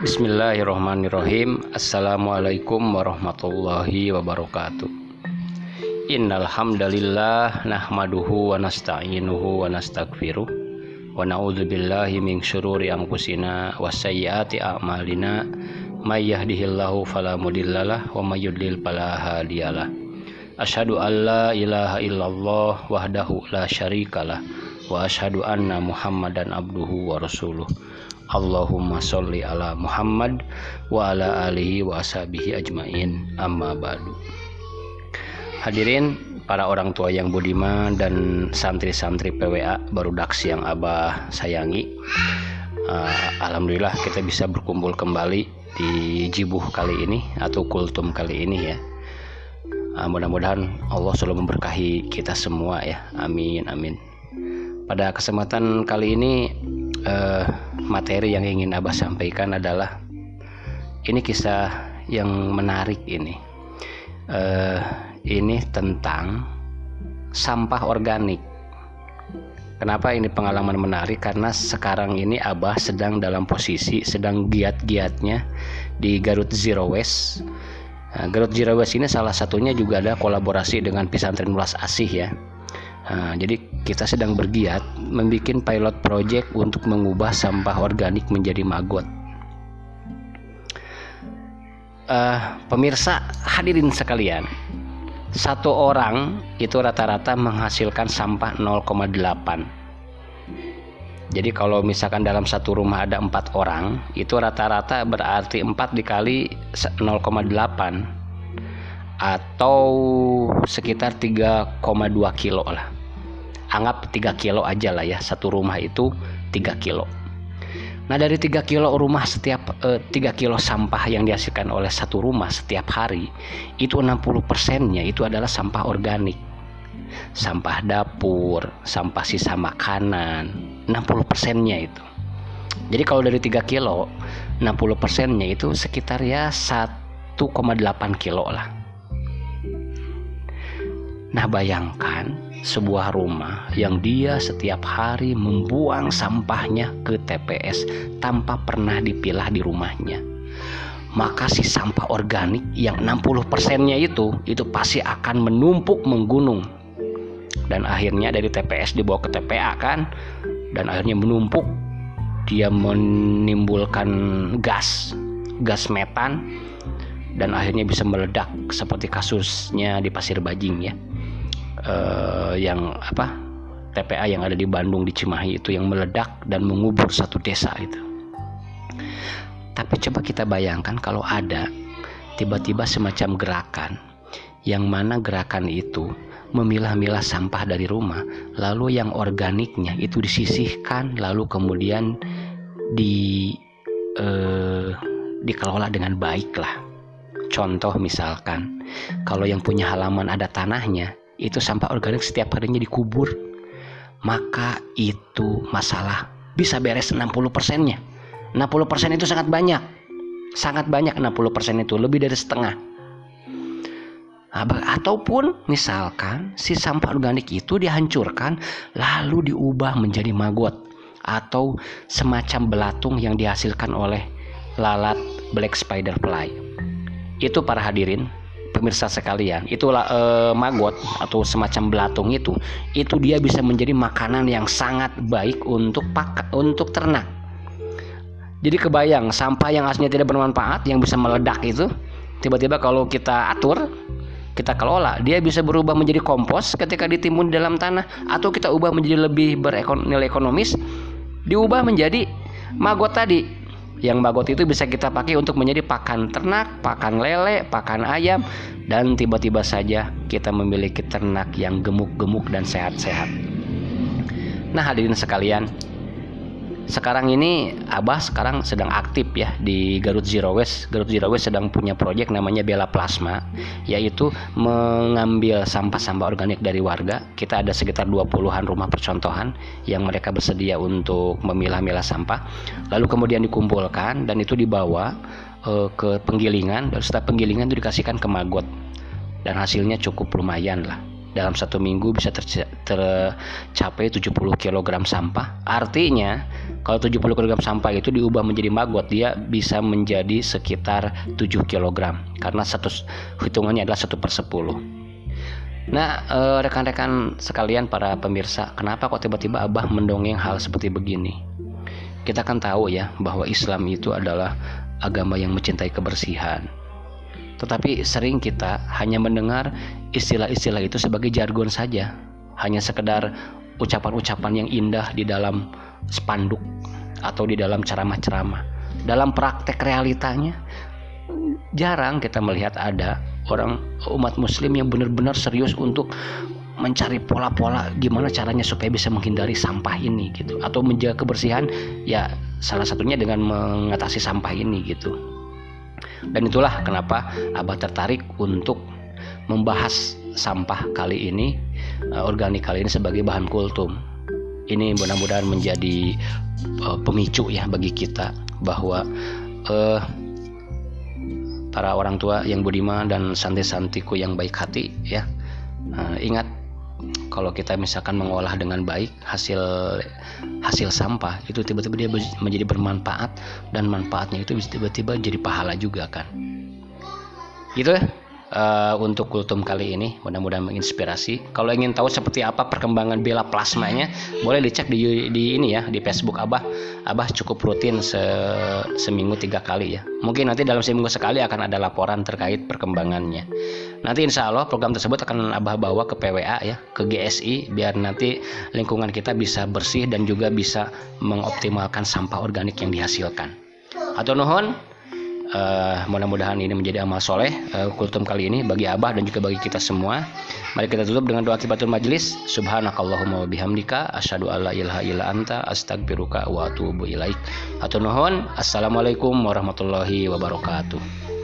Bismillahirrahmanirrahim. Assalamualaikum warahmatullahi wabarakatuh. Innal hamdalillah nahmaduhu wa nasta'inuhu wa nastaghfiruh wa na'udzubillahi min syururi anfusina wa sayyiati a'malina may yahdihillahu fala mudhillalah wa may yudlil fala hadiyalah. Asyhadu an la ilaha illallah wahdahu la syarikalah wa asyhadu anna Muhammadan abduhu wa rasuluh. Allahumma sholli ala Muhammad wa ala alihi wa ashabihi ajmain, amma ba'du. Hadirin para orang tua yang budiman dan santri-santri PWA Barudaksi yang Abah sayangi, alhamdulillah kita bisa berkumpul kembali di Jibuh kali ini atau Kultum kali ini ya. Mudah-mudahan Allah selalu memberkahi kita semua ya, amin amin. Pada kesempatan kali ini materi yang ingin Abah sampaikan adalah ini kisah yang menarik ini. Ini tentang sampah organik. Kenapa ini pengalaman menarik? Karena sekarang ini Abah sedang dalam posisi sedang giat-giatnya di Garut Zero Waste. Garut Zero Waste ini salah satunya juga ada kolaborasi dengan Pesantren Mulas Asih ya. Jadi kita sedang bergiat membuat pilot project untuk mengubah sampah organik menjadi maggot. Pemirsa hadirin sekalian, satu orang itu rata-rata menghasilkan sampah 0,8. Jadi kalau misalkan dalam satu rumah ada 4 orang, itu rata-rata berarti 4 dikali 0,8 atau sekitar 3,2 kilo lah. Anggap 3 kilo aja lah ya, satu rumah itu 3 kilo. Nah dari 3 kilo rumah setiap 3 kilo sampah yang dihasilkan oleh satu rumah setiap hari, itu 60%-nya itu adalah sampah organik. Sampah dapur, sampah sisa makanan, 60%-nya itu. Jadi kalau dari 3 kilo, 60%-nya itu sekitar ya 1,8 kilo lah. Nah bayangkan sebuah rumah yang dia setiap hari membuang sampahnya ke TPS tanpa pernah dipilah di rumahnya, maka si sampah organik yang 60%-nya itu pasti akan menumpuk menggunung, dan akhirnya dari TPS dibawa ke TPA kan, dan akhirnya menumpuk, dia menimbulkan gas metan, dan akhirnya bisa meledak seperti kasusnya di Pasir Bajing ya. Yang TPA yang ada di Bandung di Cimahi itu yang meledak dan mengubur satu desa itu. Tapi coba kita bayangkan kalau ada tiba-tiba semacam gerakan yang mana gerakan itu memilah-milah sampah dari rumah, lalu yang organiknya itu disisihkan, lalu kemudian dikelola dengan baik lah. Contoh misalkan kalau yang punya halaman ada tanahnya, itu sampah organik setiap harinya dikubur, maka itu masalah bisa beres 60%-nya. 60% itu sangat banyak 60% itu, lebih dari setengah. Ataupun misalkan si sampah organik itu dihancurkan lalu diubah menjadi maggot atau semacam belatung yang dihasilkan oleh lalat black spider fly. Itu para hadirin pemirsa sekalian, itulah maggot atau semacam belatung itu dia bisa menjadi makanan yang sangat baik untuk ternak. Jadi kebayang sampah yang aslinya tidak bermanfaat yang bisa meledak itu, tiba-tiba kalau kita atur, kita kelola, dia bisa berubah menjadi kompos ketika ditimbun di dalam tanah, atau kita ubah menjadi lebih bernilai ekonomis, diubah menjadi maggot tadi. Yang maggot itu bisa kita pakai untuk menjadi pakan ternak, pakan lele, pakan ayam, dan tiba-tiba saja kita memiliki ternak yang gemuk-gemuk dan sehat-sehat. Nah hadirin sekalian, sekarang ini Abah sedang aktif ya di Garut Zero Waste. Garut Zero Waste sedang punya proyek namanya Bela Plasma, yaitu mengambil sampah-sampah organik dari warga. Kita ada sekitar 20-an rumah percontohan yang mereka bersedia untuk memilah-milah sampah, lalu kemudian dikumpulkan dan itu dibawa ke penggilingan, dan setelah penggilingan itu dikasihkan ke maggot, dan hasilnya cukup lumayan lah. dalam 1 minggu bisa tercapai 70 kg sampah. Artinya kalau 70 kg sampah itu diubah menjadi maggot, dia bisa menjadi sekitar 7 kg karena hitungannya adalah 1/10. Nah, rekan-rekan sekalian, para pemirsa, kenapa kok tiba-tiba Abah mendongeng hal seperti begini? Kita kan tahu ya bahwa Islam itu adalah agama yang mencintai kebersihan. Tetapi sering kita hanya mendengar istilah-istilah itu sebagai jargon saja, hanya sekedar ucapan-ucapan yang indah di dalam spanduk atau di dalam ceramah-ceramah. Dalam praktek realitanya jarang kita melihat ada orang umat muslim yang benar-benar serius untuk mencari pola-pola gimana caranya supaya bisa menghindari sampah ini gitu, atau menjaga kebersihan, ya salah satunya dengan mengatasi sampah ini gitu. Dan itulah kenapa Abah tertarik untuk membahas sampah kali ini, organik kali ini sebagai bahan kultum. Ini mudah-mudahan menjadi pemicu ya bagi kita bahwa para orang tua yang budiman dan santri-santriku yang baik hati ya, ingat kalau kita misalkan mengolah dengan baik hasil sampah itu tiba-tiba dia menjadi bermanfaat, dan manfaatnya itu bisa tiba-tiba jadi pahala juga kan. Gitu ya untuk kultum kali ini, mudah-mudahan menginspirasi. Kalau ingin tahu seperti apa perkembangan Bella Plasmanya, boleh dicek di ini ya, di Facebook Abah cukup rutin seminggu 3 kali ya. Mungkin nanti dalam seminggu sekali akan ada laporan terkait perkembangannya. Nanti insya Allah program tersebut akan Abah bawa ke PWA ya, ke GSI, biar nanti lingkungan kita bisa bersih dan juga bisa mengoptimalkan sampah organik yang dihasilkan. Atur nuhun. Mudah-mudahan ini menjadi amal soleh kultum kali ini bagi Abah dan juga bagi kita semua. Mari kita tutup dengan doa kifaratul majlis. Subhanakallahumma wa bihamdika asyhadu alla ilaha illa anta astaghfiruka wa atubu ilaik. Atur nuhun. Assalamualaikum warahmatullahi wabarakatuh.